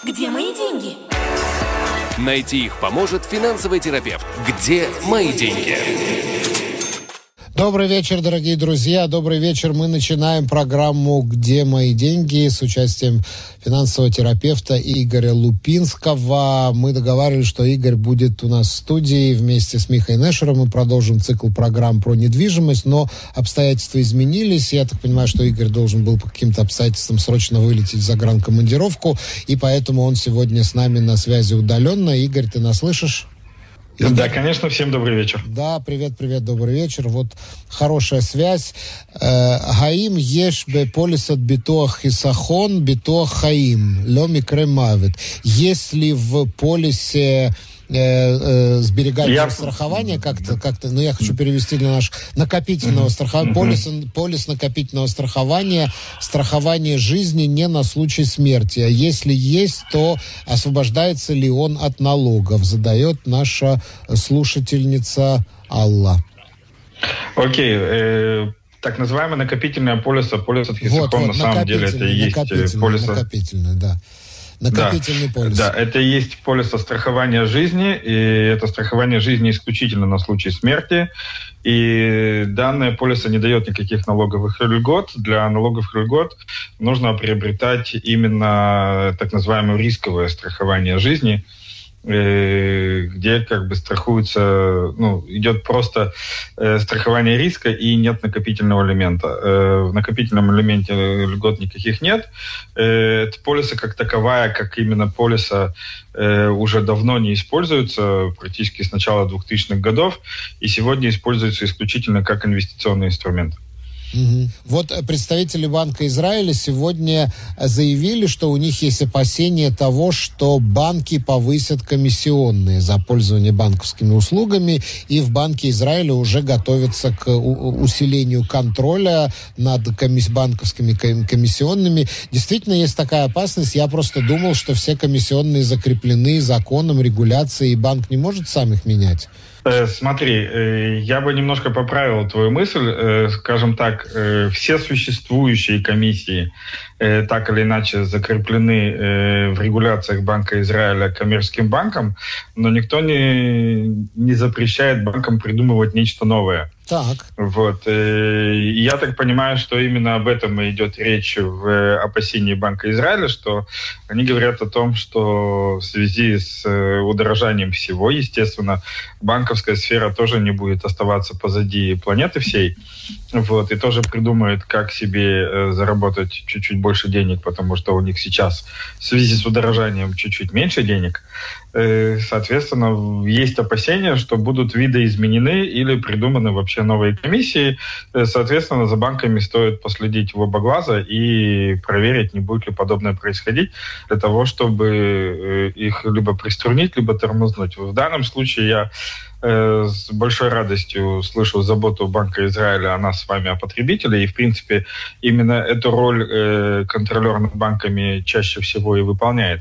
Где мои деньги? Найти их поможет финансовый терапевт. Где мои деньги? Добрый вечер, дорогие друзья. Добрый вечер. Мы начинаем программу «Где мои деньги» с участием финансового терапевта Игоря Лупинского. Мы договаривались, что Игорь будет у нас в студии вместе с Михой Нешером. Мы продолжим цикл программ про недвижимость, но обстоятельства изменились. Я так понимаю, что Игорь должен был по каким-то обстоятельствам срочно вылететь в загранкомандировку, и поэтому он сегодня с нами на связи удаленно. Игорь, ты нас слышишь? Да, конечно, всем добрый вечер. Да, привет, добрый вечер. Вот хорошая связь. Хаим еш бе полисат битуах хисахон битуах хаим ло микре мавит. Если в полисе сберегательного страхования как-то, я хочу перевести для наших накопительного страхования, полис накопительного страхование жизни не на случай смерти. А если есть, то освобождается ли он от налогов? Задает наша слушательница Алла. Окей. Так называемый накопительный полис от хисахон, на самом деле это и есть полис. Накопительный, да. Накопительный полис. Да, это и есть полис страхования жизни, и это страхование жизни исключительно на случай смерти. И данное полиса не дает никаких налоговых льгот. Для налоговых льгот нужно приобретать именно так называемое рисковое страхование жизни, где как бы страхуется, идет просто страхование риска и нет накопительного элемента. В накопительном элементе льгот никаких нет. Полиса как таковая, как именно полиса, уже давно не используется, практически с начала 2000-х годов, и сегодня используется исключительно как инвестиционный инструмент. Угу. Вот представители Банка Израиля сегодня заявили, что у них есть опасения того, что банки повысят комиссионные за пользование банковскими услугами, и в Банке Израиля уже готовятся к усилению контроля над банковскими комиссионными. Действительно есть такая опасность. Я просто думал, что все комиссионные закреплены законом, регуляцией, и банк не может сам их менять. Смотри, я бы немножко поправил твою мысль. Скажем так, все существующие комиссии так или иначе закреплены в регуляциях Банка Израиля коммерческим банкам, но никто не запрещает банкам придумывать нечто новое. Так. Вот. Я так понимаю, что именно об этом и идет речь в опасении Банка Израиля, что они говорят о том, что в связи с удорожанием всего, естественно, банковская сфера тоже не будет оставаться позади планеты всей, вот, и тоже придумает, как себе заработать чуть-чуть больше денег, потому что у них сейчас в связи с удорожанием чуть-чуть меньше денег. Соответственно, есть опасения, что будут видоизменены или придуманы вообще новые комиссии. Соответственно, за банками стоит последить в оба глаза и проверить, не будет ли подобное происходить, для того, чтобы их либо приструнить, либо тормознуть. В данном случае я с большой радостью слышу заботу Банка Израиля о нас с вами, о потребителе, и, в принципе, именно эту роль контролер над банками чаще всего и выполняет.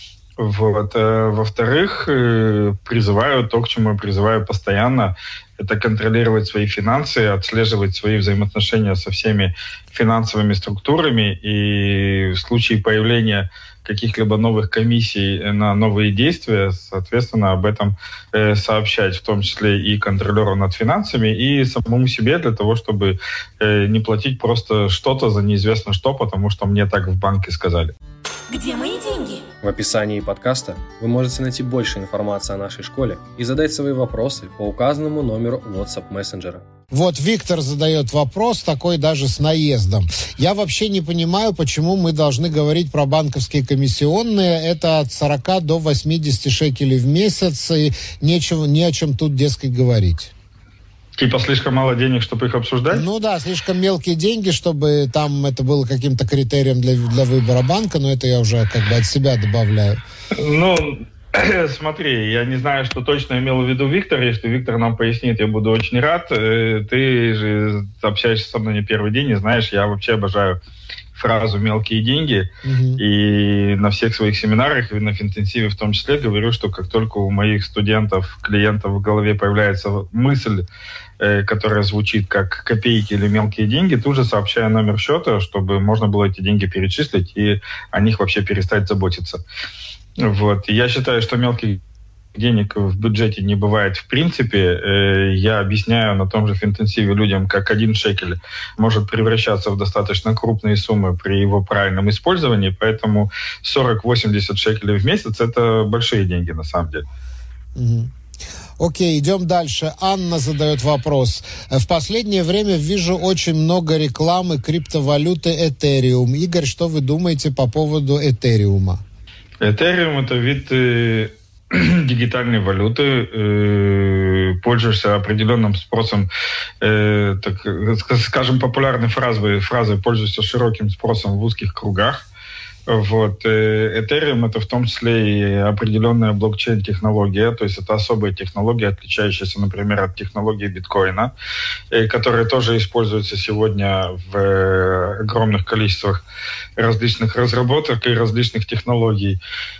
Вот. Во-вторых, призываю то, к чему я призываю постоянно, это контролировать свои финансы, отслеживать свои взаимоотношения со всеми финансовыми структурами, и в случае появления каких-либо новых комиссий на новые действия, соответственно, об этом сообщать, в том числе и контролеру над финансами, и самому себе, для того, чтобы не платить просто что-то за неизвестно что, потому что мне так в банке сказали. Где мои деньги? В описании подкаста вы можете найти больше информации о нашей школе и задать свои вопросы по указанному номеру WhatsApp мессенджера. Вот Виктор задает вопрос, такой даже с наездом. Я вообще не понимаю, почему мы должны говорить про банковские комиссионные. Это от 40 до 80 шекелей в месяц, и не о чем тут, дескать, говорить. Типа слишком мало денег, чтобы их обсуждать? Ну да, слишком мелкие деньги, чтобы там это было каким-то критерием для выбора банка, но это я уже как бы от себя добавляю. Смотри, я не знаю, что точно имел в виду Виктор. Если Виктор нам пояснит, я буду очень рад. Ты же общаешься со мной не первый день, и знаешь, я вообще обожаю фразу «мелкие деньги». И на всех своих семинарах, и на Финтенсиве в том числе, говорю, что как только у моих студентов, клиентов в голове появляется мысль, которая звучит как копейки или мелкие деньги, тут же сообщаю номер счета, чтобы можно было эти деньги перечислить и о них вообще перестать заботиться. Вот. Я считаю, что мелких денег в бюджете не бывает в принципе. Я объясняю на том же финтенсиве людям, как 1 шекель может превращаться в достаточно крупные суммы при его правильном использовании, поэтому 40-80 шекелей в месяц – это большие деньги на самом деле. Окей, идем дальше. Анна задает вопрос. В последнее время вижу очень много рекламы криптовалюты Ethereum. Игорь, что вы думаете по поводу Ethereum? Ethereum – это вид дигитальной валюты, пользуешься определенным спросом, так скажем, популярной фразой пользуешься широким спросом в узких кругах. Вот. Ethereum — это в том числе и определенная блокчейн-технология, то есть это особая технология, отличающаяся, например, от технологии биткоина, которая тоже используется сегодня в огромных количествах различных разработок и различных технологий.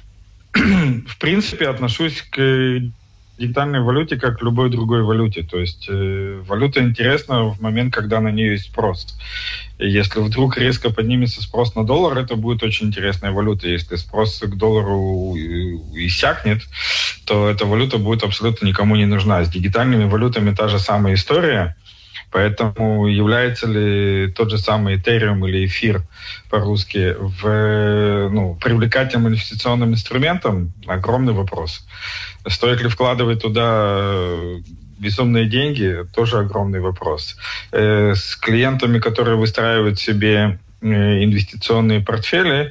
В принципе, отношусь к дигитальной валюте как к любой другой валюте. То есть валюта интересна в момент, когда на нее есть спрос. Если вдруг резко поднимется спрос на доллар, это будет очень интересная валюта. Если спрос к доллару иссякнет, то эта валюта будет абсолютно никому не нужна. С дигитальными валютами та же самая история. Поэтому является ли тот же самый Ethereum или эфир по-русски привлекательным инвестиционным инструментом? Огромный вопрос. Стоит ли вкладывать туда безумные деньги? Тоже огромный вопрос. С клиентами, которые выстраивают себе инвестиционные портфели,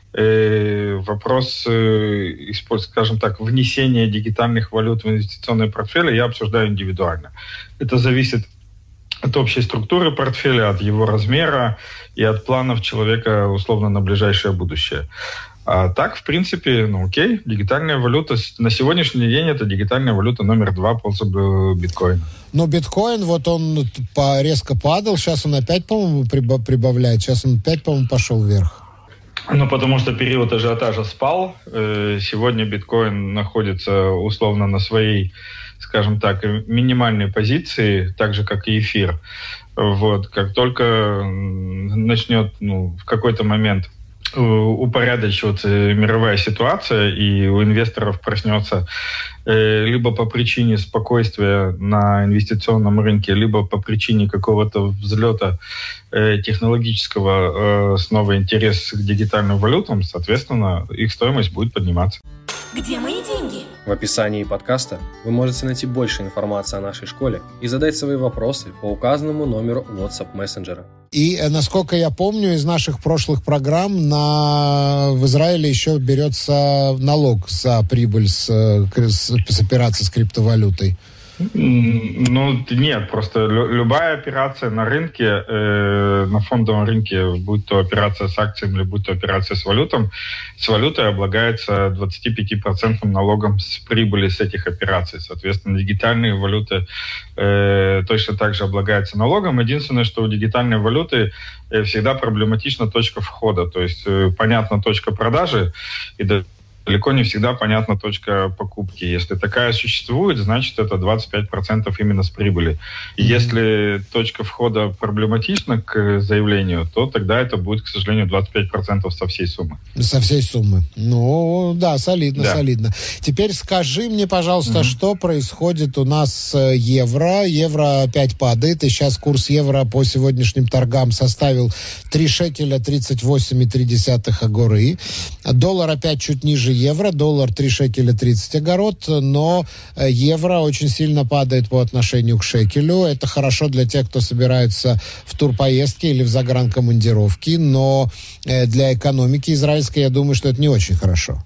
вопрос, скажем так, внесения дигитальных валют в инвестиционные портфели я обсуждаю индивидуально. Это зависит от общей структуры портфеля, от его размера и от планов человека, условно, на ближайшее будущее. А так, в принципе, окей, дигитальная валюта на сегодняшний день это дигитальная валюта номер 2 после биткоина. Но биткоин, вот он резко падал, сейчас он опять, по-моему, прибавляет, сейчас он опять, по-моему, пошел вверх. Потому что период ажиотажа спал. Сегодня биткоин находится условно на своей, скажем так, минимальной позиции, так же, как и эфир. Вот. Как только начнет в какой-то момент упорядочиваться мировая ситуация, и у инвесторов проснется либо по причине спокойствия на инвестиционном рынке, либо по причине какого-то взлета технологического снова интереса к дигитальным валютам, соответственно, их стоимость будет подниматься. Где мои деньги? В описании подкаста вы можете найти больше информации о нашей школе и задать свои вопросы по указанному номеру WhatsApp мессенджера. И, насколько я помню из наших прошлых программ, в Израиле еще берется налог за прибыль с операций с криптовалютой. Нет, просто любая операция на рынке, на фондовом рынке, будь то операция с акциями или будь то операция с валютой облагается 25% налогом с прибыли с этих операций. Соответственно, дигитальные валюты точно так же облагаются налогом. Единственное, что у дигитальной валюты всегда проблематична точка входа. То есть понятна точка продажи и далеко не всегда понятна точка покупки. Если такая существует, значит, это 25% именно с прибыли. И если точка входа проблематична к заявлению, то тогда это будет, к сожалению, 25% со всей суммы. Со всей суммы. Солидно. Теперь скажи мне, пожалуйста, что происходит у нас с евро. Евро опять падает, и сейчас курс евро по сегодняшним торгам составил 3 шекеля 38,3 агоры. Доллар опять чуть ниже евро, доллар 3 шекеля 30 агород, но евро очень сильно падает по отношению к шекелю. Это хорошо для тех, кто собирается в турпоездки или в загранкомандировки, но для экономики израильской, я думаю, что это не очень хорошо.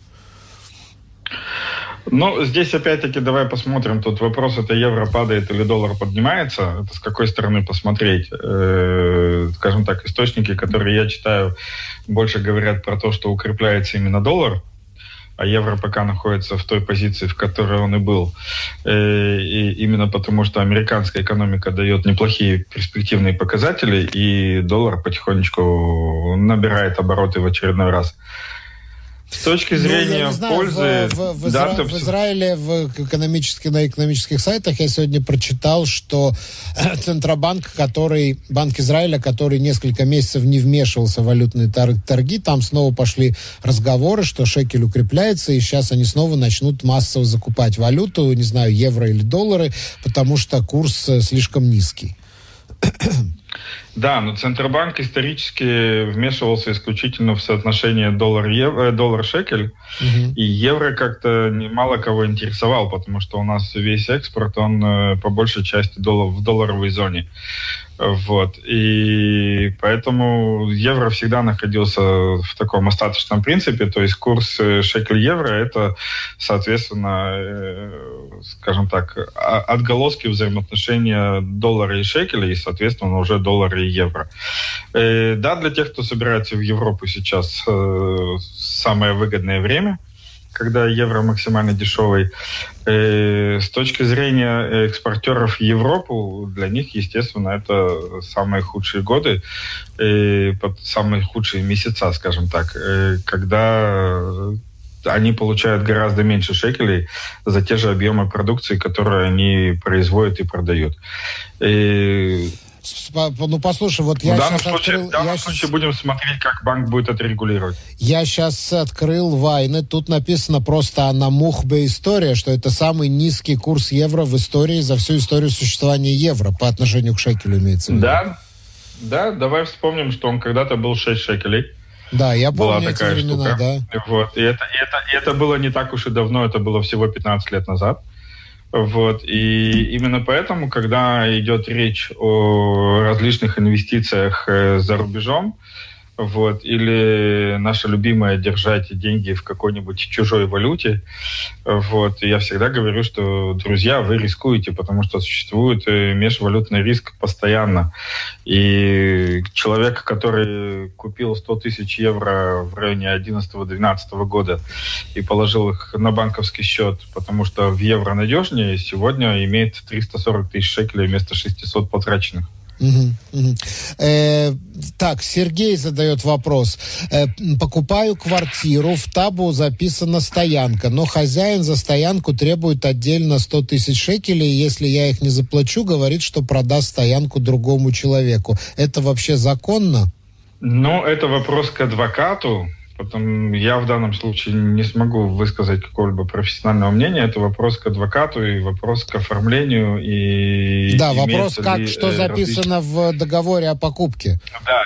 Здесь опять-таки давай посмотрим. Тут вопрос, это евро падает или доллар поднимается. Это с какой стороны посмотреть. Скажем так, источники, которые я читаю, больше говорят про то, что укрепляется именно доллар, а евро пока находится в той позиции, в которой он и был. И именно потому, что американская экономика дает неплохие перспективные показатели, и доллар потихонечку набирает обороты в очередной раз. С точки зрения пользы... В Израиле на экономических сайтах я сегодня прочитал, что Центробанк, Банк Израиля, который несколько месяцев не вмешивался в валютные торги, там снова пошли разговоры, что шекель укрепляется, и сейчас они снова начнут массово закупать валюту, не знаю, евро или доллары, потому что курс слишком низкий. Да, но Центробанк исторически вмешивался исключительно в соотношение доллар-шекель, и евро как-то мало кого интересовал, потому что у нас весь экспорт, он по большей части в долларовой зоне. Вот. И поэтому евро всегда находился в таком остаточном принципе, то есть курс шекель-евро — это, соответственно, скажем так, отголоски взаимоотношения доллара и шекеля, и, соответственно, уже доллара и евро. Да, для тех, кто собирается в Европу сейчас, самое выгодное время, когда евро максимально дешевый. С точки зрения экспортеров в Европу, для них, естественно, это самые худшие годы, самые худшие месяца, скажем так, когда они получают гораздо меньше шекелей за те же объемы продукции, которые они производят и продают. Ну, послушай, вот я сейчас открыл... В данном случае будем смотреть, как банк будет это регулировать. Я сейчас открыл Вайны. Тут написано просто «Намухбе история», что это самый низкий курс евро в истории за всю историю существования евро по отношению к шекелю, имеется в виду. Да, давай вспомним, что он когда-то был 6 шекелей. Да, я помню была такая эти времена, штука. Да. Вот. И это было не так уж и давно, это было всего 15 лет назад. Вот. И именно поэтому, когда идет речь о различных инвестициях за рубежом, вот, или наше любимое держать деньги в какой-нибудь чужой валюте, вот, я всегда говорю, что, друзья, вы рискуете, потому что существует межвалютный риск постоянно. И человек, который купил 100 тысяч евро в районе 11-12 года и положил их на банковский счет, потому что в евро надежнее, сегодня имеет 340 тысяч шекелей вместо 600 потраченных. Так, Сергей задает вопрос. Покупаю квартиру, в табу записана стоянка, но хозяин за стоянку требует отдельно 100 тысяч шекелей, и если я их не заплачу, говорит, что продаст стоянку другому человеку. Это вообще законно? Ну, это вопрос к адвокату. Потом я в данном случае не смогу высказать какого-либо профессионального мнения. Это вопрос к адвокату и вопрос к оформлению. И да, вопрос, что записано в договоре о покупке. Да.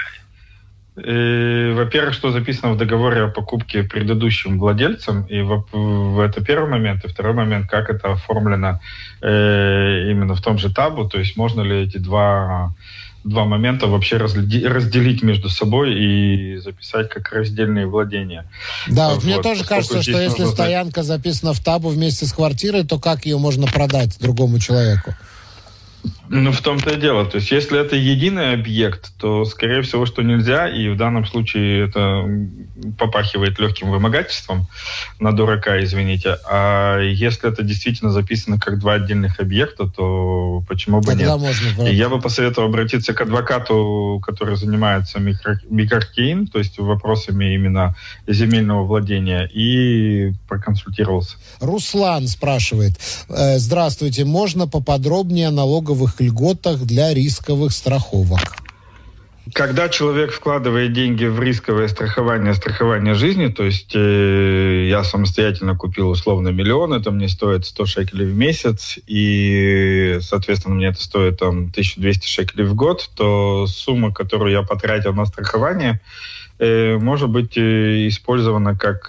Во-первых, что записано в договоре о покупке предыдущим владельцам. И это первый момент. И второй момент, как это оформлено именно в том же табу. То есть можно ли эти два момента вообще разделить между собой и записать как раздельные владения. Да, вот мне тоже кажется, что если стоянка записана в табу вместе с квартирой, то как ее можно продать другому человеку? Ну, в том-то и дело. То есть, если это единый объект, то, скорее всего, что нельзя, и в данном случае это попахивает легким вымогательством на дурака, извините. А если это действительно записано как два отдельных объекта, то почему бы тогда нет? Можно, и я бы посоветовал обратиться к адвокату, который занимается микрокейн, то есть вопросами именно земельного владения, и проконсультировался. Руслан спрашивает. Здравствуйте, можно поподробнее о налоговых льготах для рисковых страховок? Когда человек вкладывает деньги в рисковое страхование жизни, то есть я самостоятельно купил условно 1 миллион, это мне стоит 100 шекелей в месяц, и, соответственно, мне это стоит там 1200 шекелей в год, то сумма, которую я потратил на страхование, может быть использована как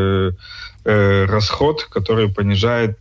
расход, который понижает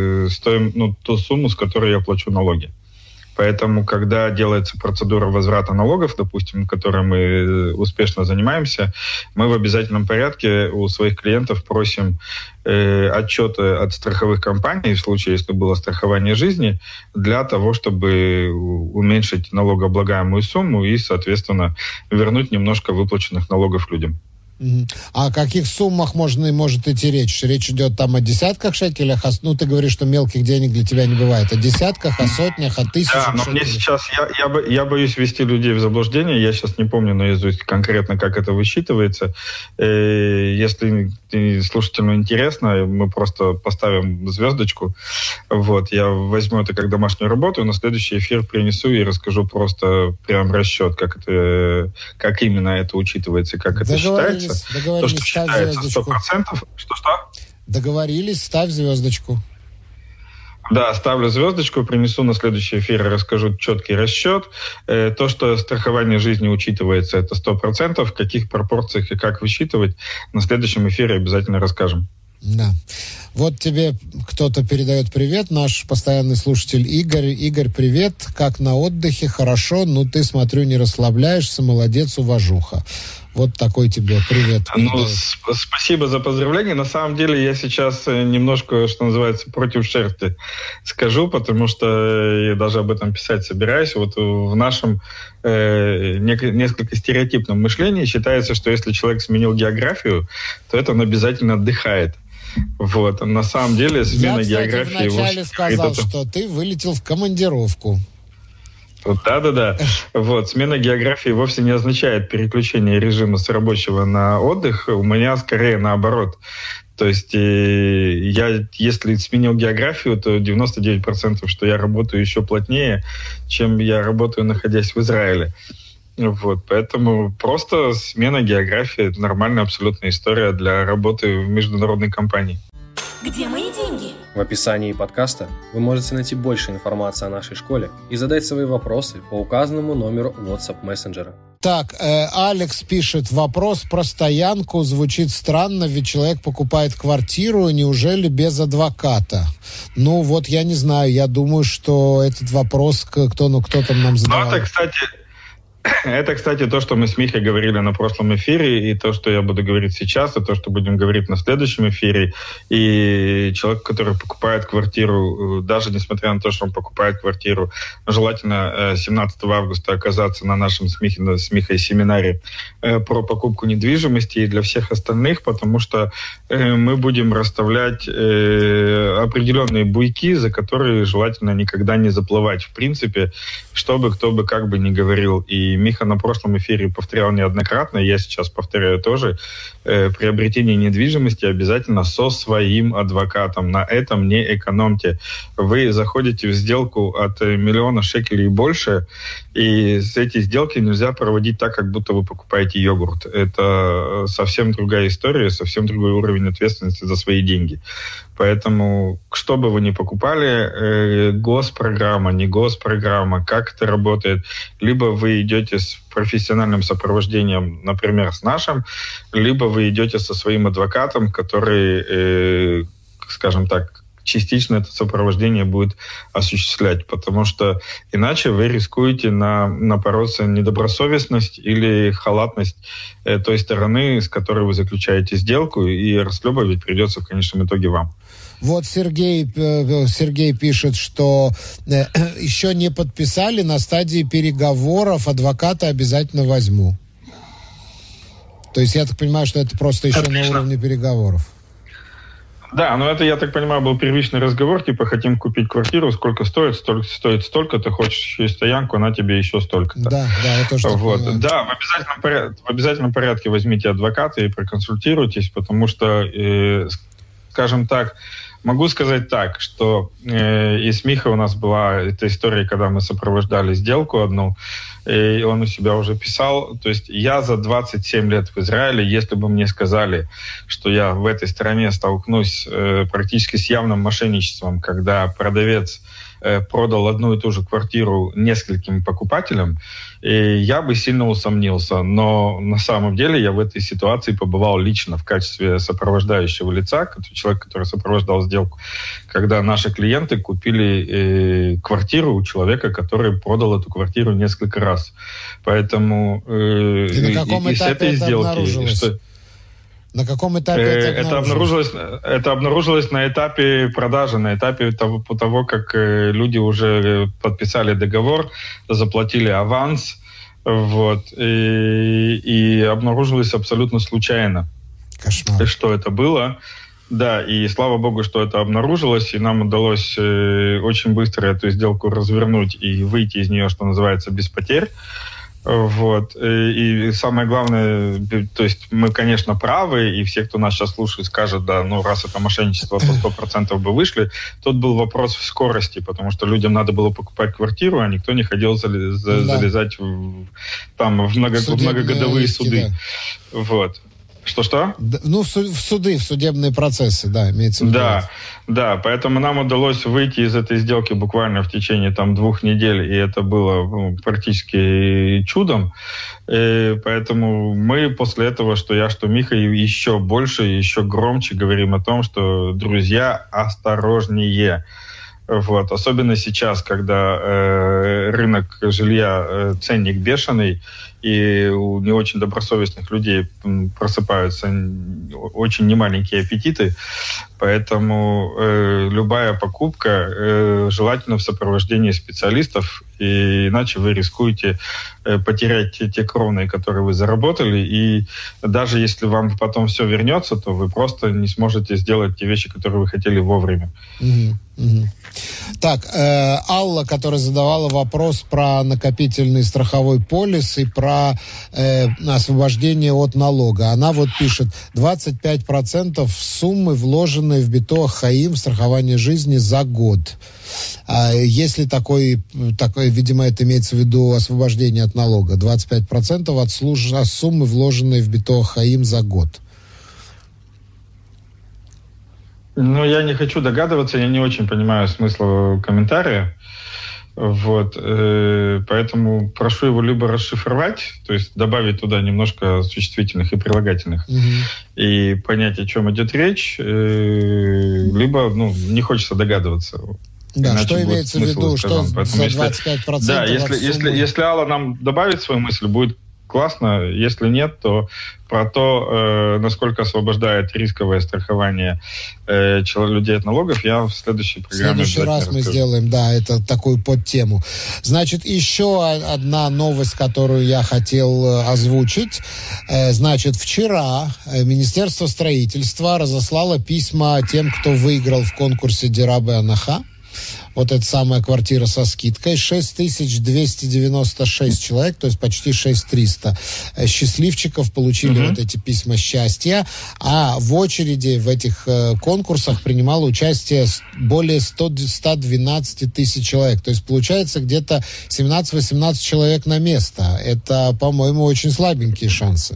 ту сумму, с которой я плачу налоги. Поэтому, когда делается процедура возврата налогов, допустим, которой мы успешно занимаемся, мы в обязательном порядке у своих клиентов просим отчеты от страховых компаний, в случае, если было страхование жизни, для того, чтобы уменьшить налогооблагаемую сумму и, соответственно, вернуть немножко выплаченных налогов людям. А о каких суммах может идти речь? Речь идет там о десятках шекелях? Ты говоришь, что мелких денег для тебя не бывает. О десятках, о сотнях, о тысячах шекелей? Да, но мне сейчас... Я боюсь ввести людей в заблуждение. Я сейчас не помню наизусть конкретно, как это высчитывается. Если слушателю интересно, мы просто поставим звездочку. Вот, я возьму это как домашнюю работу, и на следующий эфир принесу и расскажу просто прям расчет, как именно это учитывается, как это считается. То, что считается 100%. Что? Договорились, ставь звездочку. Да, ставлю звездочку, принесу на следующий эфир и расскажу четкий расчет. То, что страхование жизни учитывается, это 100%. В каких пропорциях и как высчитывать, на следующем эфире обязательно расскажем. Да. Вот тебе кто-то передает привет, наш постоянный слушатель Игорь. Игорь, привет, как на отдыхе, хорошо, ты, смотрю, не расслабляешься, молодец, уважуха. Вот такой тебе привет. Спасибо за поздравление. На самом деле я сейчас немножко, что называется, против шерсти скажу, потому что я даже об этом писать собираюсь. Вот в нашем несколько стереотипном мышлении считается, что если человек сменил географию, то это он обязательно отдыхает. Вот. На самом деле смена географии... Я, вначале сказал, что ты вылетел в командировку. Да. Вот. Смена географии вовсе не означает переключение режима с рабочего на отдых. У меня скорее наоборот. То есть я, если сменил географию, то 99%, что я работаю еще плотнее, чем я работаю, находясь в Израиле. Вот, поэтому просто смена географии – это нормальная абсолютная история для работы в международной компании. Где мои деньги? В описании подкаста вы можете найти больше информации о нашей школе и задать свои вопросы по указанному номеру WhatsApp мессенджера. Так, Алекс пишет, вопрос про стоянку звучит странно, ведь человек покупает квартиру, неужели без адвоката? Вот я не знаю, я думаю, что этот вопрос кто там нам задавал. Это, кстати, то, что мы с Михой говорили на прошлом эфире, и то, что я буду говорить сейчас, и то, что будем говорить на следующем эфире. И человек, который покупает квартиру, даже несмотря на то, что он покупает квартиру, желательно 17 августа оказаться на нашем с Михой семинаре про покупку недвижимости и для всех остальных, потому что мы будем расставлять определенные буйки, за которые желательно никогда не заплывать. В принципе, чтобы кто бы как бы ни говорил. И Миха на прошлом эфире повторял неоднократно, и я сейчас повторяю тоже, приобретение недвижимости обязательно со своим адвокатом. На этом не экономьте. Вы заходите в сделку от 1 000 000 шекелей и больше, и эти сделки нельзя проводить так, как будто вы покупаете йогурт. Это совсем другая история, совсем другой уровень ответственности за свои деньги. Поэтому, что бы вы ни покупали, госпрограмма, не госпрограмма, как это работает, либо вы идете с профессиональным сопровождением, например, с нашим, либо вы идете со своим адвокатом, который, скажем так, частично это сопровождение будет осуществлять, потому что иначе вы рискуете напороться недобросовестность или халатность той стороны, с которой вы заключаете сделку, и расхлебывать придется в конечном итоге вам. Вот Сергей пишет, что еще не подписали, на стадии переговоров, адвоката обязательно возьму. То есть я так понимаю, что это просто еще на уровне переговоров. Да, но это, я так понимаю, был первичный разговор, типа, хотим купить квартиру, сколько стоит, столько, ты хочешь еще и стоянку, она тебе еще столько-то. Да, я тоже так понимаю. Да, в обязательном порядке возьмите адвоката и проконсультируйтесь, потому что, скажем так, могу сказать так, что и с Михой у нас была эта история, когда мы сопровождали сделку одну, и он у себя уже писал. То есть я за 27 лет в Израиле, если бы мне сказали, что я в этой стране столкнусь практически с явным мошенничеством, когда продавец продал одну и ту же квартиру нескольким покупателям, и я бы сильно усомнился. Но на самом деле я в этой ситуации побывал лично в качестве сопровождающего лица, человек, который сопровождал сделку, когда наши клиенты купили квартиру у человека, который продал эту квартиру несколько раз. Поэтому и на каком этапе это обнаружилось? На каком этапе это обнаружилось? Это обнаружилось на этапе продажи, на этапе того, как люди уже подписали договор, заплатили аванс, Вот. И обнаружилось абсолютно случайно, Кошмар. что это было. Да, и слава богу, что это обнаружилось, и нам удалось очень быстро эту сделку развернуть и выйти из нее, что называется, без потерь. Вот. И самое главное, то есть мы, конечно, правы, и все, кто нас сейчас слушает, скажут, да, ну, раз это мошенничество, то 100% бы вышли. Тут был вопрос в скорости, потому что людям надо было покупать квартиру, а никто не хотел залезать в многогодовые суды. Да. Вот. Что-что? Ну, в суды, в судебные процессы, да, имеется в виду. Да, поэтому нам удалось выйти из этой сделки буквально в течение 2 недель, и это было практически чудом. И поэтому мы после этого, что я, что Миха, еще больше, еще громче говорим о том, что, друзья, осторожнее. Вот. Особенно сейчас, когда рынок жилья, ценник бешеный, и у не очень добросовестных людей просыпаются очень немаленькие аппетиты. Поэтому любая покупка желательно в сопровождении специалистов, и иначе вы рискуете потерять те кровные, которые вы заработали. И даже если вам потом все вернется, то вы просто не сможете сделать те вещи, которые вы хотели вовремя. Так, Алла, которая задавала вопрос про накопительный страховой полис и про освобождение от налога. Она вот пишет, 25% суммы, вложенные в Битоах Хаим, страхование жизни за год. Если такой, видимо, это имеется в виду освобождение от налога, 25% от суммы, вложенные в Битоах Хаим за год. Ну, я не хочу догадываться, я не очень понимаю смысла комментария. Вот, поэтому прошу его либо расшифровать, то есть добавить туда немножко существительных и прилагательных, и понять, о чем идет речь, либо, не хочется догадываться. Да, что имеется в виду, что за 25%? Да, если Алла нам добавит свою мысль, будет классно. Если нет, то про то, насколько освобождает рисковое страхование людей от налогов, я в следующей программе в следующий раз мы сделаем, да, это такую подтему. Значит, еще одна новость, которую я хотел озвучить. Значит, вчера Министерство строительства разослало письма тем, кто выиграл в конкурсе Дирабе Анаха. Вот эта самая квартира со скидкой. 6296 человек, то есть почти 6300 счастливчиков получили вот эти письма счастья. А в очереди в этих конкурсах принимало участие более 112 тысяч человек. То есть получается где-то 17-18 человек на место. Это, по-моему, очень слабенькие шансы.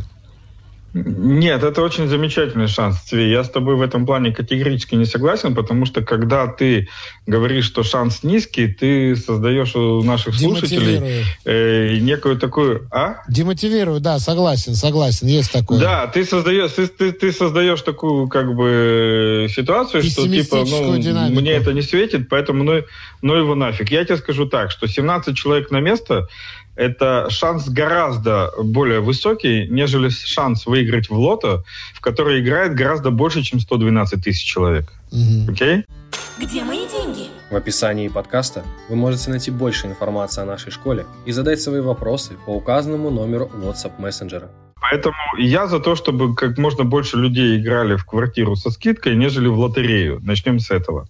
Нет, это очень замечательный шанс, Цви. Я с тобой в этом плане категорически не согласен, потому что когда ты говоришь, что шанс низкий, ты создаешь у наших слушателей некую такую... Демотивирую, да, согласен, есть такое. Да, ты создаешь такую как бы ситуацию, что типа, мне это не светит, поэтому ну его нафиг. Я тебе скажу так, что 17 человек на место — это шанс гораздо более высокий, нежели шанс выиграть в лото, в который играет гораздо больше, чем 112 тысяч человек. Окей? Где мои деньги? В описании подкаста вы можете найти больше информации о нашей школе и задать свои вопросы по указанному номеру WhatsApp мессенджера. Поэтому я за то, чтобы как можно больше людей играли в квартиру со скидкой, нежели в лотерею. Начнем с этого.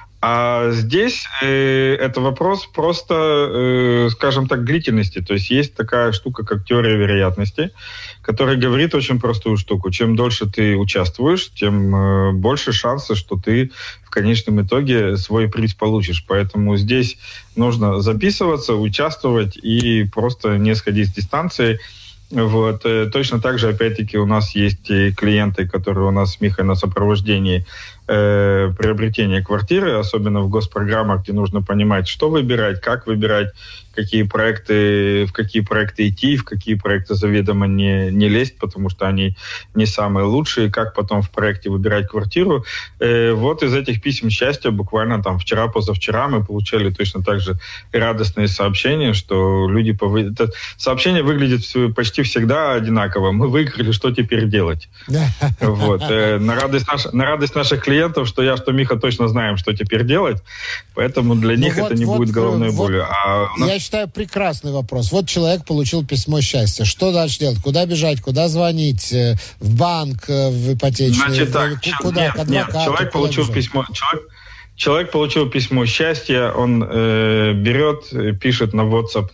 А здесь это вопрос просто, скажем так, длительности. То есть есть такая штука, как теория вероятности, которая говорит очень простую штуку. Чем дольше ты участвуешь, тем больше шансы, что ты в конечном итоге свой приз получишь. Поэтому здесь нужно записываться, участвовать и просто не сходить с дистанции. Вот. Точно так же, опять-таки, у нас есть клиенты, которые у нас с Михой на сопровождении приобретения квартиры, особенно в госпрограммах, где нужно понимать, что выбирать, как выбирать, в какие проекты идти, в какие проекты заведомо не лезть, потому что они не самые лучшие, как потом в проекте выбирать квартиру. Вот из этих писем счастья буквально там вчера-позавчера мы получали точно так же радостные сообщения, что люди... Сообщение выглядит почти всегда одинаково. Мы выиграли, что теперь делать? Вот. На радость наших клиентов, что Миха точно знаем, что теперь делать, поэтому для них это не будет головной болью. А у нас считаю, прекрасный вопрос. Вот человек получил письмо счастья. Что дальше делать? Куда бежать? Куда звонить? В банк, в ипотечный? Значит так, куда? К адвокату? Человек получил письмо. Человек получил письмо счастья, он берет, пишет на WhatsApp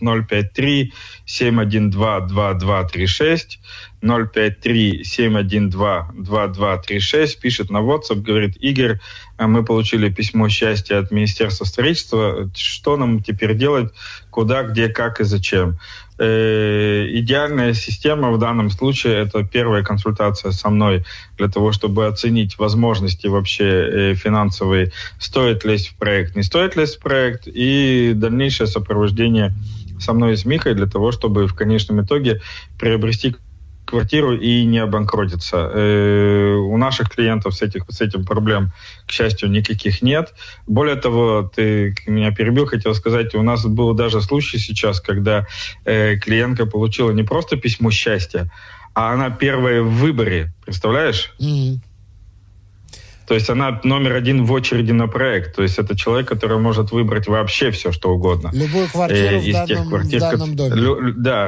053-712-2236, 053-712-2236, пишет на WhatsApp, говорит: Игорь, мы получили письмо счастья от Министерства строительства, что нам теперь делать, куда, где, как и зачем? Идеальная система в данном случае — это первая консультация со мной для того, чтобы оценить возможности вообще финансовые, стоит лезть в проект, не стоит лезть в проект, и дальнейшее сопровождение со мной и с Михой для того, чтобы в конечном итоге приобрести квартиру и не обанкротиться. У наших клиентов с этим проблем, к счастью, никаких нет. Более того, ты меня перебил, хотел сказать, у нас был даже случай сейчас, когда клиентка получила не просто письмо счастья, а она первая в выборе. Представляешь? Mm-hmm. То есть она номер один в очереди на проект. То есть это человек, который может выбрать вообще все, что угодно. Любую квартиру в данном доме.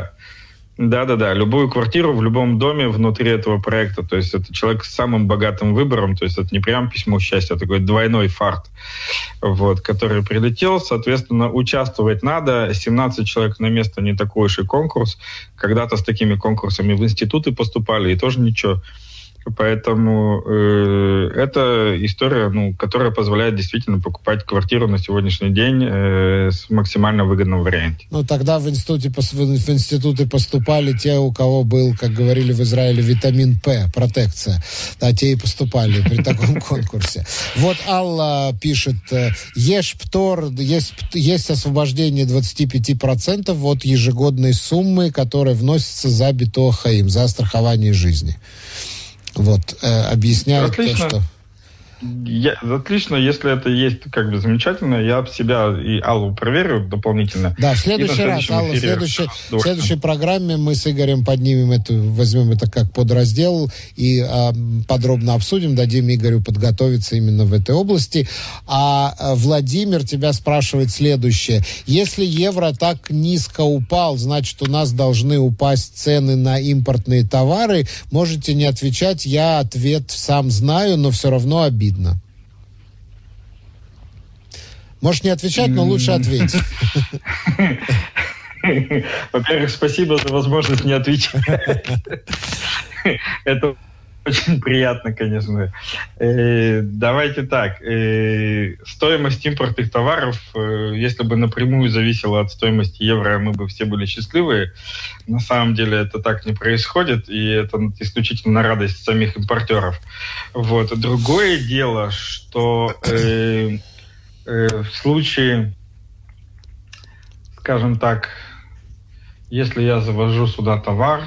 Да. Любую квартиру в любом доме внутри этого проекта. То есть это человек с самым богатым выбором. То есть это не прям письмо счастья, а такой двойной фарт, вот, который прилетел. Соответственно, участвовать надо. 17 человек на место — не такой уж и конкурс. Когда-то с такими конкурсами в институты поступали, и тоже ничего. Поэтому это история, которая позволяет действительно покупать квартиру на сегодняшний день с максимально выгодном варианте. Тогда в институты поступали те, у кого был, как говорили в Израиле, витамин П, протекция. Да, те и поступали при таком конкурсе. Вот Алла пишет: есть освобождение 25% от ежегодной суммы, которая вносится за Битуах Хаим, за страхование жизни. Вот, объясняет отлично. То, что... Отлично, если это есть, замечательно. Я себя и Аллу проверю дополнительно. Да, в следующий раз, Алла, в следующей программе мы с Игорем поднимем возьмем это как подраздел и подробно обсудим, дадим Игорю подготовиться именно в этой области. А Владимир тебя спрашивает следующее. Если евро так низко упал, значит, у нас должны упасть цены на импортные товары. Можете не отвечать, я ответ сам знаю, но все равно обидно. Можешь не отвечать, но лучше ответь. Во-первых, спасибо за возможность не отвечать. Это очень приятно, конечно. Давайте так. Стоимость импортных товаров, если бы напрямую зависела от стоимости евро, мы бы все были счастливы. На самом деле это так не происходит, и это исключительно на радость самих импортеров. Вот. Другое дело, что в случае, скажем так, если я завожу сюда товар,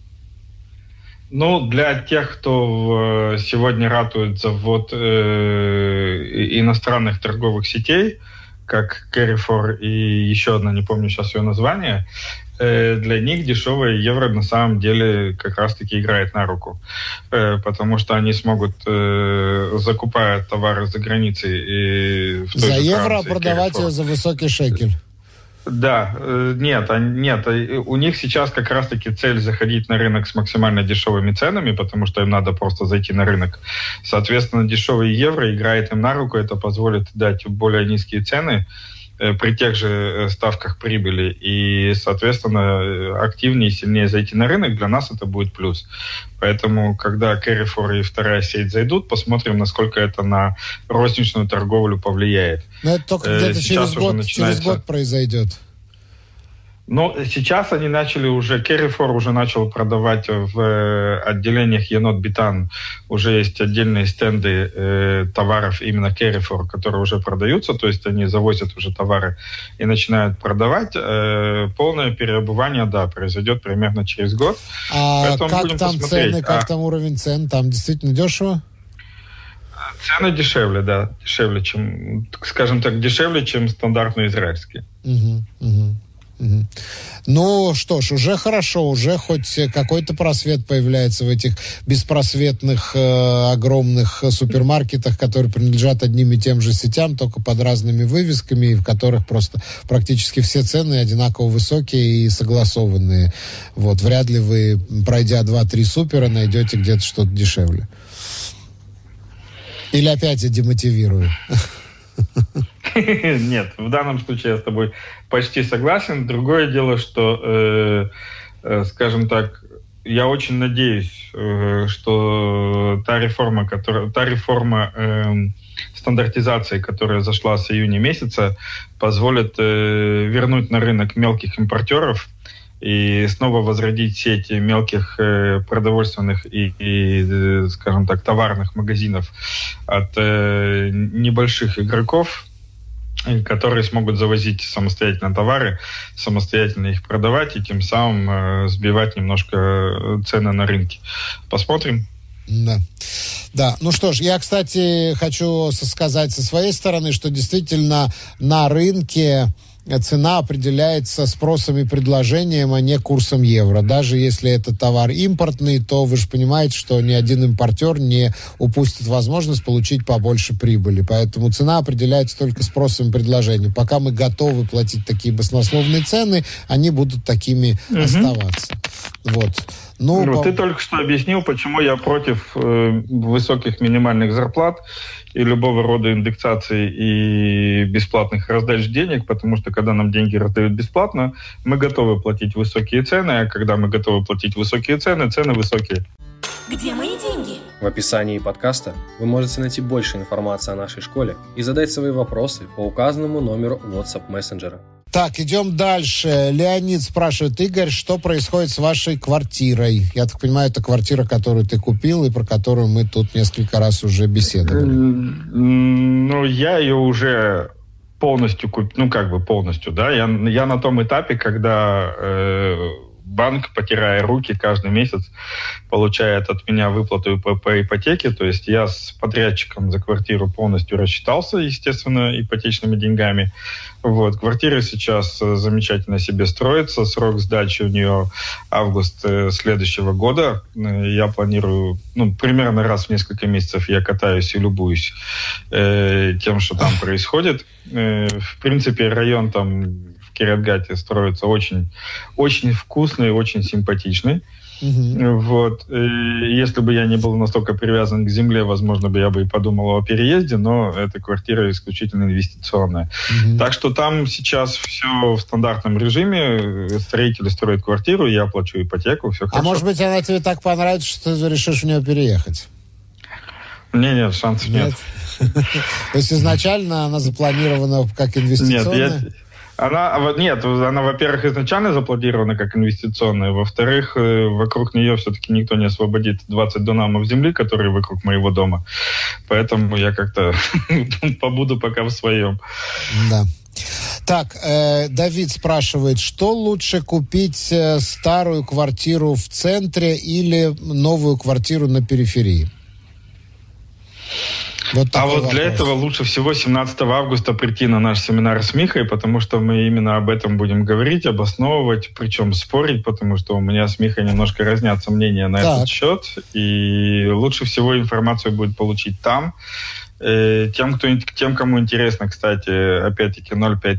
для тех, кто сегодня ратует за ввод иностранных торговых сетей, как Carrefour и еще одна, не помню сейчас ее название, для них дешевое евро на самом деле как раз-таки играет на руку. Потому что они смогут, закупая товары за границей... За евро продавать ее за высокий шекель. Да, нет, у них сейчас как раз-таки цель заходить на рынок с максимально дешевыми ценами, потому что им надо просто зайти на рынок. Соответственно, дешевый евро играет им на руку, это позволит дать более низкие цены при тех же ставках прибыли и, соответственно, активнее и сильнее зайти на рынок, для нас это будет плюс. Поэтому, когда Carrefour и вторая сеть зайдут, посмотрим, насколько это на розничную торговлю повлияет. Но это только где-то через год произойдет. Но сейчас они начали уже, Carrefour уже начал продавать в отделениях Енот Битан. Уже есть отдельные стенды товаров именно Carrefour, которые уже продаются, то есть они завозят уже товары и начинают продавать. Полное переобувание, да, произойдет примерно через год. А как там цены, как там уровень цен? Там действительно дешево? Цены дешевле, да, дешевле, чем, скажем так, дешевле, чем стандартные израильские. Угу. Ну, что ж, уже хорошо, уже хоть какой-то просвет появляется в этих беспросветных огромных супермаркетах, которые принадлежат одним и тем же сетям, только под разными вывесками, и в которых просто практически все цены одинаково высокие и согласованные. Вот, вряд ли вы, пройдя 2-3 супера, найдете где-то что-то дешевле. Или опять я демотивирую? Нет, в данном случае я с тобой почти согласен. Другое дело, что, скажем так, я очень надеюсь, что та реформа стандартизации, которая зашла с июня месяца, позволит вернуть на рынок мелких импортеров и снова возродить сеть мелких продовольственных и, скажем так, товарных магазинов от небольших игроков, которые смогут завозить самостоятельно товары, самостоятельно их продавать и тем самым сбивать немножко цены на рынке. Посмотрим. Да. Да, ну что ж, я, кстати, хочу сказать со своей стороны, что действительно на рынке цена определяется спросом и предложением, а не курсом евро. Даже если это товар импортный, то вы же понимаете, что ни один импортер не упустит возможность получить побольше прибыли. Поэтому цена определяется только спросом и предложением. Пока мы готовы платить такие баснословные цены, они будут такими оставаться. Вот. Ты только что объяснил, почему я против высоких минимальных зарплат и любого рода индексации и бесплатных раздач денег, потому что когда нам деньги раздают бесплатно, мы готовы платить высокие цены, а когда мы готовы платить высокие цены, цены высокие. Где мои деньги? В описании подкаста вы можете найти больше информации о нашей школе и задать свои вопросы по указанному номеру WhatsApp мессенджера. Так, идем дальше. Леонид спрашивает: Игорь, что происходит с вашей квартирой? Я так понимаю, это квартира, которую ты купил и про которую мы тут несколько раз уже беседовали. Ну, я ее уже полностью купил, полностью, да. Я на том этапе, когда банк, потирая руки, каждый месяц получает от меня выплату по ипотеке. То есть я с подрядчиком за квартиру полностью рассчитался, естественно, ипотечными деньгами. Вот. Квартира сейчас замечательно себе строится. Срок сдачи у нее август следующего года. Я планирую, примерно раз в несколько месяцев я катаюсь и любуюсь тем, что там происходит. В принципе, район там в Кирят-Гате строится очень, очень вкусный, очень симпатичный. Вот. И если бы я не был настолько привязан к земле, возможно, я бы и подумал о переезде, но эта квартира исключительно инвестиционная. Так что там сейчас все в стандартном режиме. Строители строят квартиру, я плачу ипотеку, все хорошо. А может быть, она тебе так понравится, что ты решишь в нее переехать? Нет, шансов нет. То есть изначально она запланирована как инвестиционная? Она, во-первых, изначально запланирована как инвестиционная, во-вторых, вокруг нее все-таки никто не освободит 20 дунамов земли, которые вокруг моего дома. Поэтому я как-то побуду пока в своем. Да. Так, Давид спрашивает, что лучше купить, старую квартиру в центре или новую квартиру на периферии? Вот для этого лучше всего 17 августа прийти на наш семинар с Михой, потому что мы именно об этом будем говорить, обосновывать, причем спорить, потому что у меня с Михой немножко разнятся мнения на этот счет, и лучше всего информацию будет получить там. Тем, кому интересно, кстати, опять-таки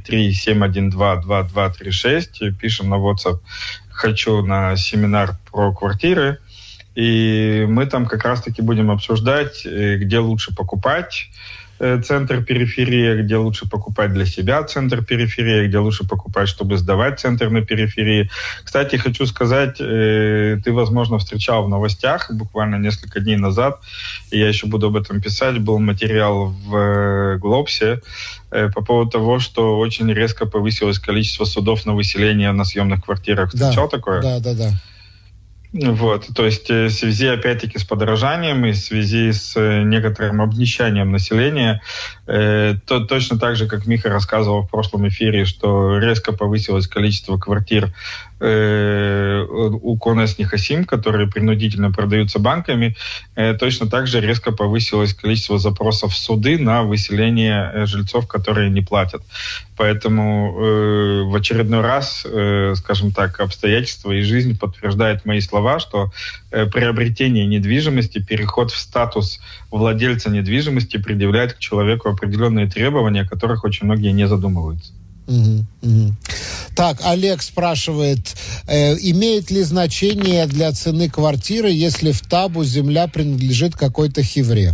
053-712-2236, пишем на WhatsApp «Хочу на семинар про квартиры». И мы там как раз-таки будем обсуждать, где лучше покупать центр-периферия, где лучше покупать для себя центр-периферия, где лучше покупать, чтобы сдавать центр на периферии. Кстати, хочу сказать, ты, возможно, встречал в новостях буквально несколько дней назад, и я еще буду об этом писать, был материал в Глобсе по поводу того, что очень резко повысилось количество судов на выселение на съемных квартирах. Встречал такое? Да. Вот, то есть в связи, опять-таки, с подорожанием и в связи с некоторым обнищанием населения, то точно так же, как Миха рассказывал в прошлом эфире, что резко повысилось количество квартир у Конес Нехасим, которые принудительно продаются банками, точно так же резко повысилось количество запросов в суды на выселение жильцов, которые не платят. Поэтому в очередной раз, скажем так, обстоятельства и жизнь подтверждают мои слова, что приобретение недвижимости, переход в статус владельца недвижимости предъявляет к человеку определенные требования, о которых очень многие не задумываются. Так, Олег спрашивает, имеет ли значение для цены квартиры, если в Табу земля принадлежит какой-то хевре?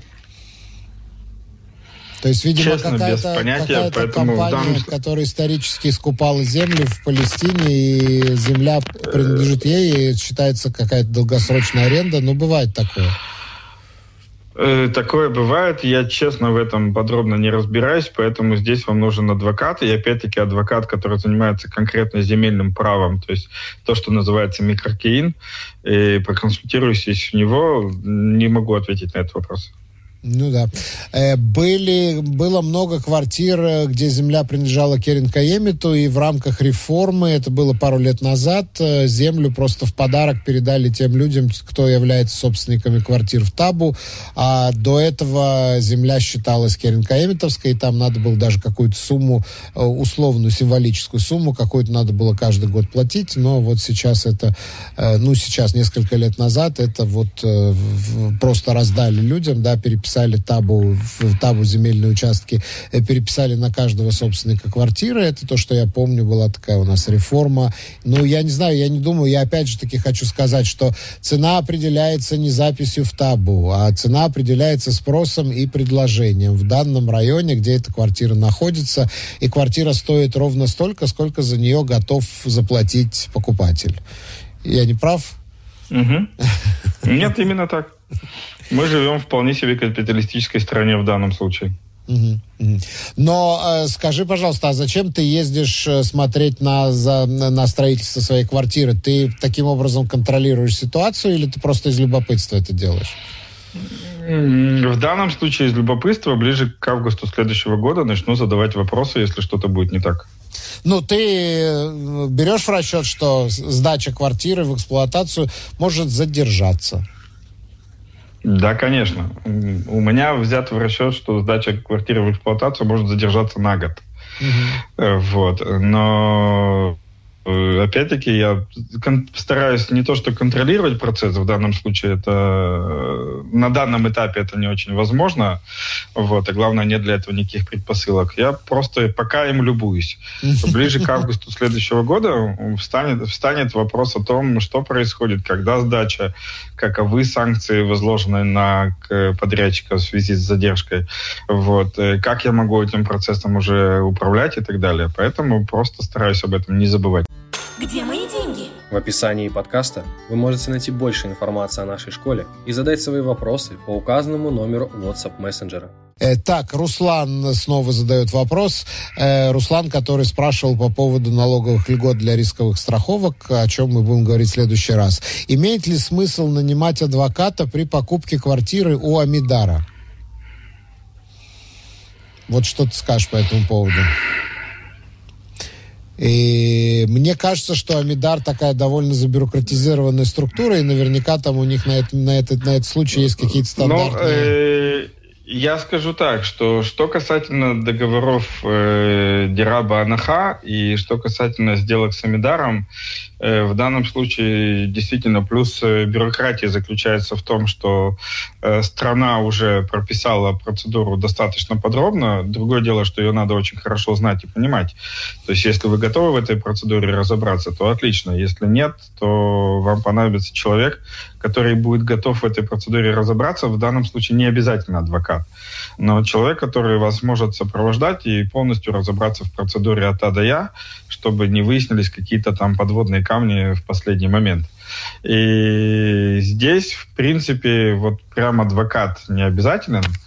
То есть, видимо, честно, какая-то компания, которая исторически скупала землю в Палестине, и земля принадлежит ей, и считается какая-то долгосрочная аренда, но бывает такое. Такое бывает. Я, честно, в этом подробно не разбираюсь, поэтому здесь вам нужен адвокат. И, опять-таки, адвокат, который занимается конкретно земельным правом, то есть то, что называется микрокеин. И проконсультируюсь у него, не могу ответить на этот вопрос. Ну да. Было много квартир, где земля принадлежала Керен Каемиту, и в рамках реформы, это было пару лет назад, землю просто в подарок передали тем людям, кто является собственниками квартир в Табу, а до этого земля считалась Керен Каемитовской, и там надо было даже какую-то сумму, условную символическую сумму, какую-то надо было каждый год платить, но вот сейчас это, сейчас, несколько лет назад, это вот просто раздали людям, да, переписали Табу земельные участки, переписали на каждого собственника квартиры. Это то, что я помню, была такая у нас реформа. Но я не знаю, я не думаю, я опять же таки хочу сказать, что цена определяется не записью в Табу, а цена определяется спросом и предложением в данном районе, где эта квартира находится, и квартира стоит ровно столько, сколько за нее готов заплатить покупатель. Я не прав? Нет, именно так. Мы живем в вполне себе капиталистической стране в данном случае. Но скажи, пожалуйста, а зачем ты ездишь смотреть на строительство своей квартиры? Ты таким образом контролируешь ситуацию или ты просто из любопытства это делаешь? В данном случае из любопытства ближе к августу следующего года начну задавать вопросы, если что-то будет не так. Ну, ты берешь в расчет, что сдача квартиры в эксплуатацию может задержаться? Да, конечно. У меня взято в расчет, что сдача квартиры в эксплуатацию может задержаться на год. Вот. Но опять-таки я стараюсь не то что контролировать процесс, в данном случае это на данном этапе это не очень возможно, вот, и главное, нет для этого никаких предпосылок. Я просто пока им любуюсь. Ближе к августу следующего года встанет вопрос о том, что происходит, когда сдача, каковы санкции, возложенные на подрядчика в связи с задержкой, вот, как я могу этим процессом уже управлять и так далее. Поэтому просто стараюсь об этом не забывать. Где мои деньги? В описании подкаста вы можете найти больше информации о нашей школе и задать свои вопросы по указанному номеру WhatsApp мессенджера. Так, Руслан снова задает вопрос. Руслан, который спрашивал по поводу налоговых льгот для рисковых страховок, о чем мы будем говорить в следующий раз. Имеет ли смысл нанимать адвоката при покупке квартиры у Амидара? Вот что ты скажешь по этому поводу? И мне кажется, что Амидар такая довольно забюрократизированная структура, и наверняка там у них на этот случай есть какие-то стандартные... Я скажу так, что касательно договоров Дираба Анаха и что касательно сделок с Амидаром, в данном случае действительно плюс бюрократии заключается в том, что страна уже прописала процедуру достаточно подробно. Другое дело, что ее надо очень хорошо знать и понимать. То есть если вы готовы в этой процедуре разобраться, то отлично. Если нет, то вам понадобится человек, который будет готов в этой процедуре разобраться. В данном случае не обязательно адвокат, но человек, который вас может сопровождать и полностью разобраться в процедуре от А до Я, чтобы не выяснились какие-то там подводные камни в последний момент. И здесь, в принципе, вот прям адвокат не обязателен.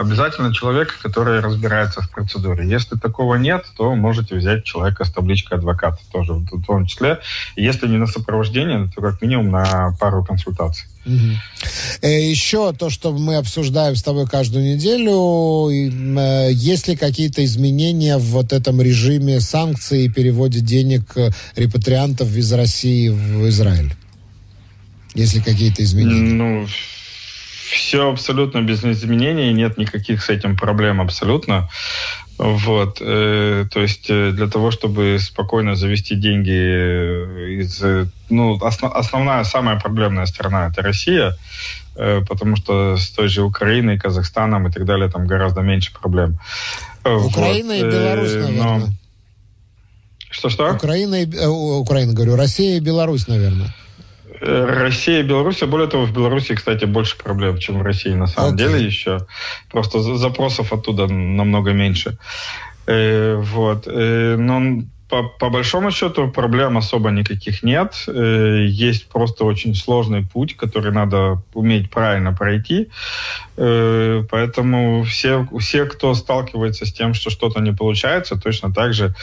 обязательно человека, который разбирается в процедуре. Если такого нет, то можете взять человека с табличкой адвоката тоже в том числе. Если не на сопровождение, то как минимум на пару консультаций. Угу. Еще то, что мы обсуждаем с тобой каждую неделю, есть ли какие-то изменения в вот этом режиме санкций и переводе денег репатриантов из России в Израиль? Есть ли какие-то изменения? Ну, все абсолютно без изменений, нет никаких с этим проблем абсолютно. Вот, то есть для того, чтобы спокойно завести деньги из... Ну, основная, самая проблемная страна – это Россия, потому что с той же Украиной, Казахстаном и так далее там гораздо меньше проблем. Украина и Беларусь, наверное. Что-что? Украина, говорю, Россия и Беларусь, наверное. Россия и Беларусь, а более того, в Беларуси, кстати, больше проблем, чем в России на самом деле еще. Просто запросов оттуда намного меньше. Вот. Но по большому счету проблем особо никаких нет. Есть просто очень сложный путь, который надо уметь правильно пройти. Поэтому все, кто сталкивается с тем, что что-то не получается, точно так же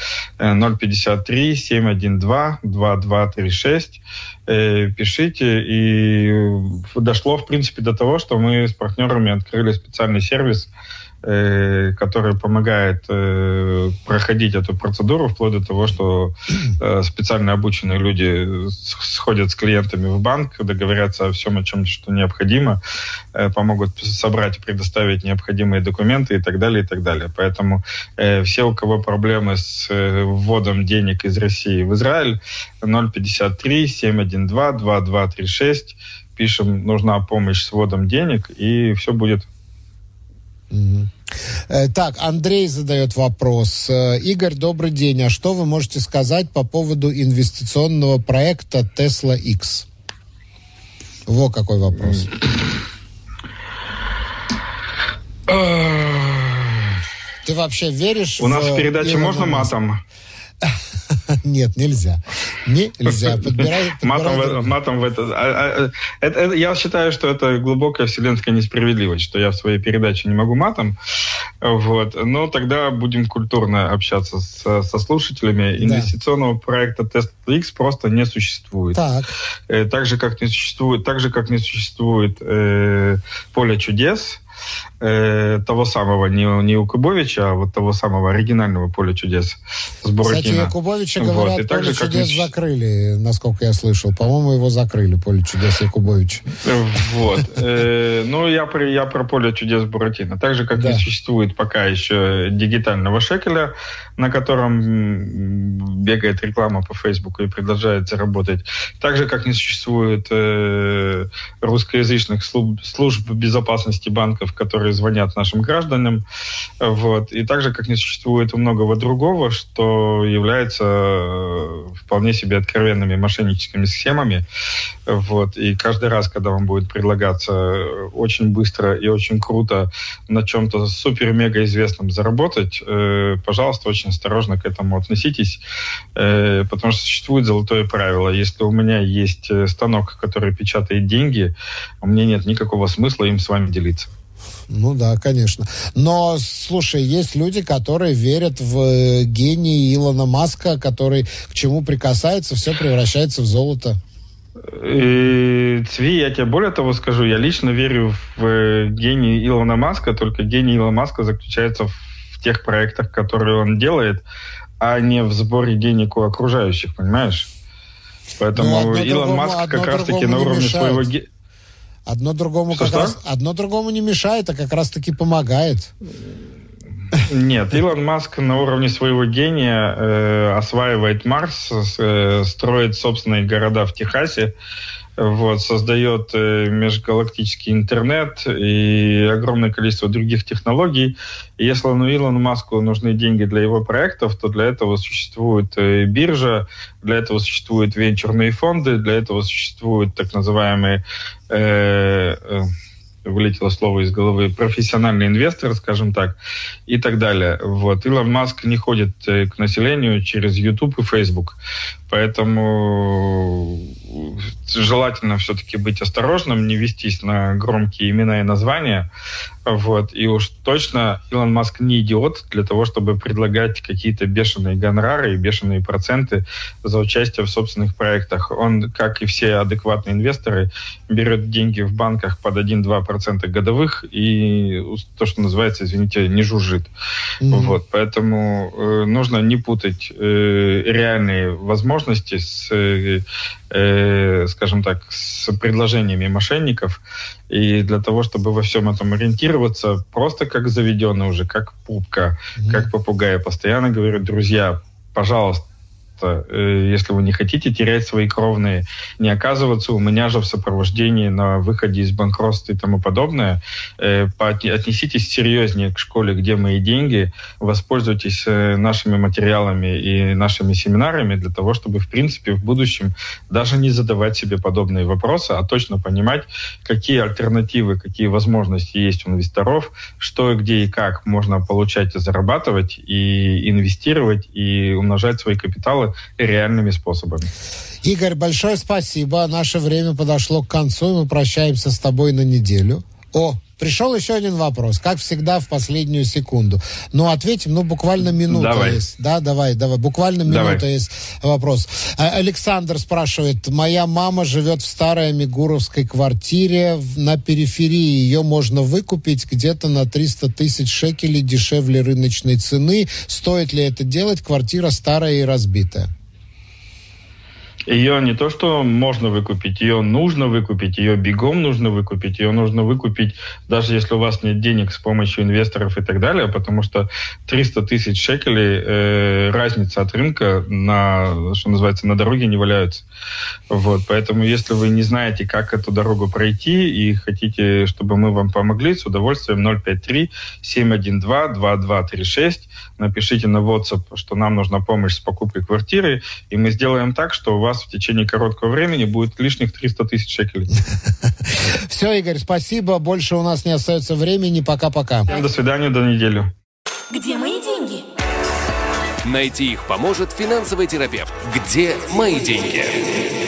053-712-2236 пишите. И дошло, в принципе, до того, что мы с партнерами открыли специальный сервис, который помогает проходить эту процедуру, вплоть до того, что специально обученные люди сходят с клиентами в банк, договорятся о всем, о чем что необходимо, помогут собрать и предоставить необходимые документы и так далее, и так далее. Поэтому все, у кого проблемы с вводом денег из России в Израиль, 053-712-2236, пишем, нужна помощь с вводом денег, и все будет. Так, Андрей задает вопрос. Игорь, добрый день. А что вы можете сказать по поводу инвестиционного проекта Tesla X? Во какой вопрос. Ты вообще веришь? У нас в передаче можно матом? Нет, нельзя. Нельзя. Матом в это... Я считаю, что это глубокая вселенская несправедливость, что я в своей передаче не могу матом. Вот. Но тогда будем культурно общаться со слушателями. Да. Инвестиционного проекта Tesla X просто не существует. Так же, как не существует поле чудес, того самого, не Якубовича, а вот того самого оригинального поля чудес с Буратино. Кстати, Якубовича, говорят, вот. Поле чудес закрыли, насколько я слышал. По-моему, его закрыли, поле чудес Якубовича. Вот. Ну, я про поле чудес Буратино. Так же, как не существует пока еще дигитального шекеля, на котором бегает реклама по Фейсбуку и продолжает заработать. Так же, как не существует русскоязычных служб безопасности банков, которые звонят нашим гражданам. Вот. И так же, как не существует многого другого, что является вполне себе откровенными мошенническими схемами. Вот. И каждый раз, когда вам будет предлагаться очень быстро и очень круто на чем-то супер-мега известном заработать, пожалуйста, очень осторожно к этому относитесь, потому что существует золотое правило. Если у меня есть станок, который печатает деньги, у меня нет никакого смысла им с вами делиться. Ну да, конечно. Но, слушай, есть люди, которые верят в гений Илона Маска, который к чему прикасается, все превращается в золото. Цви, я тебе более того скажу, я лично верю в гений Илона Маска, только гений Илона Маска заключается в тех проектах, которые он делает, а не в сборе денег у окружающих, понимаешь? Поэтому Илон Маск как раз-таки на уровне своего... Одно другому не мешает, а как раз-таки помогает. Нет, Илон Маск на уровне своего гения осваивает Марс, строит собственные города в Техасе, вот, создает межгалактический интернет и огромное количество других технологий. И если Илону Маску нужны деньги для его проектов, то для этого существует биржа, для этого существуют венчурные фонды, для этого существуют так называемые... вылетело слово из головы, профессиональный инвестор, скажем так, и так далее. Вот. Илон Маск не ходит к населению через YouTube и Facebook. Поэтому желательно все-таки быть осторожным, не вестись на громкие имена и названия. Вот. И уж точно Илон Маск не идиот для того, чтобы предлагать какие-то бешеные гонорары и бешеные проценты за участие в собственных проектах. Он, как и все адекватные инвесторы, берет деньги в банках под 1-2% годовых и то, что называется, извините, не жужжит. Вот. Поэтому нужно не путать реальные возможности с, скажем так, с предложениями мошенников. И для того, чтобы во всем этом ориентироваться, просто как заведенный уже, как пупка, как попугай, постоянно говорю: друзья, пожалуйста, если вы не хотите терять свои кровные, не оказываться у меня же в сопровождении на выходе из банкротства и тому подобное, отнеситесь серьезнее к школе «Где мои деньги?», воспользуйтесь нашими материалами и нашими семинарами для того, чтобы, в принципе, в будущем даже не задавать себе подобные вопросы, а точно понимать, какие альтернативы, какие возможности есть у инвесторов, что, где и как можно получать и зарабатывать, и инвестировать, и умножать свои капиталы реальными способами. Игорь, большое спасибо. Наше время подошло к концу, и мы прощаемся с тобой на неделю. Пришел еще один вопрос, как всегда, в последнюю секунду. Ответим, буквально минута есть. Да, давай, буквально минута есть вопрос. Александр спрашивает: моя мама живет в старой амигуровской квартире на периферии. Ее можно выкупить где-то на 300 тысяч шекелей дешевле рыночной цены. Стоит ли это делать? Квартира старая и разбитая. Ее не то, что можно выкупить, ее нужно выкупить, ее бегом нужно выкупить, ее нужно выкупить, даже если у вас нет денег, с помощью инвесторов и так далее, потому что 300 тысяч шекелей разница от рынка на, что называется, на дороге не валяются. Вот, поэтому если вы не знаете, как эту дорогу пройти и хотите, чтобы мы вам помогли, с удовольствием 053-712-2236. Напишите на WhatsApp, что нам нужна помощь с покупкой квартиры, и мы сделаем так, что у вас в течение короткого времени будет лишних 300 тысяч шекелей. Все, Игорь, спасибо. Больше у нас не остается времени. Пока-пока. Всем до свидания, до недели. Где мои деньги? Найти их поможет финансовый терапевт. Где мои деньги?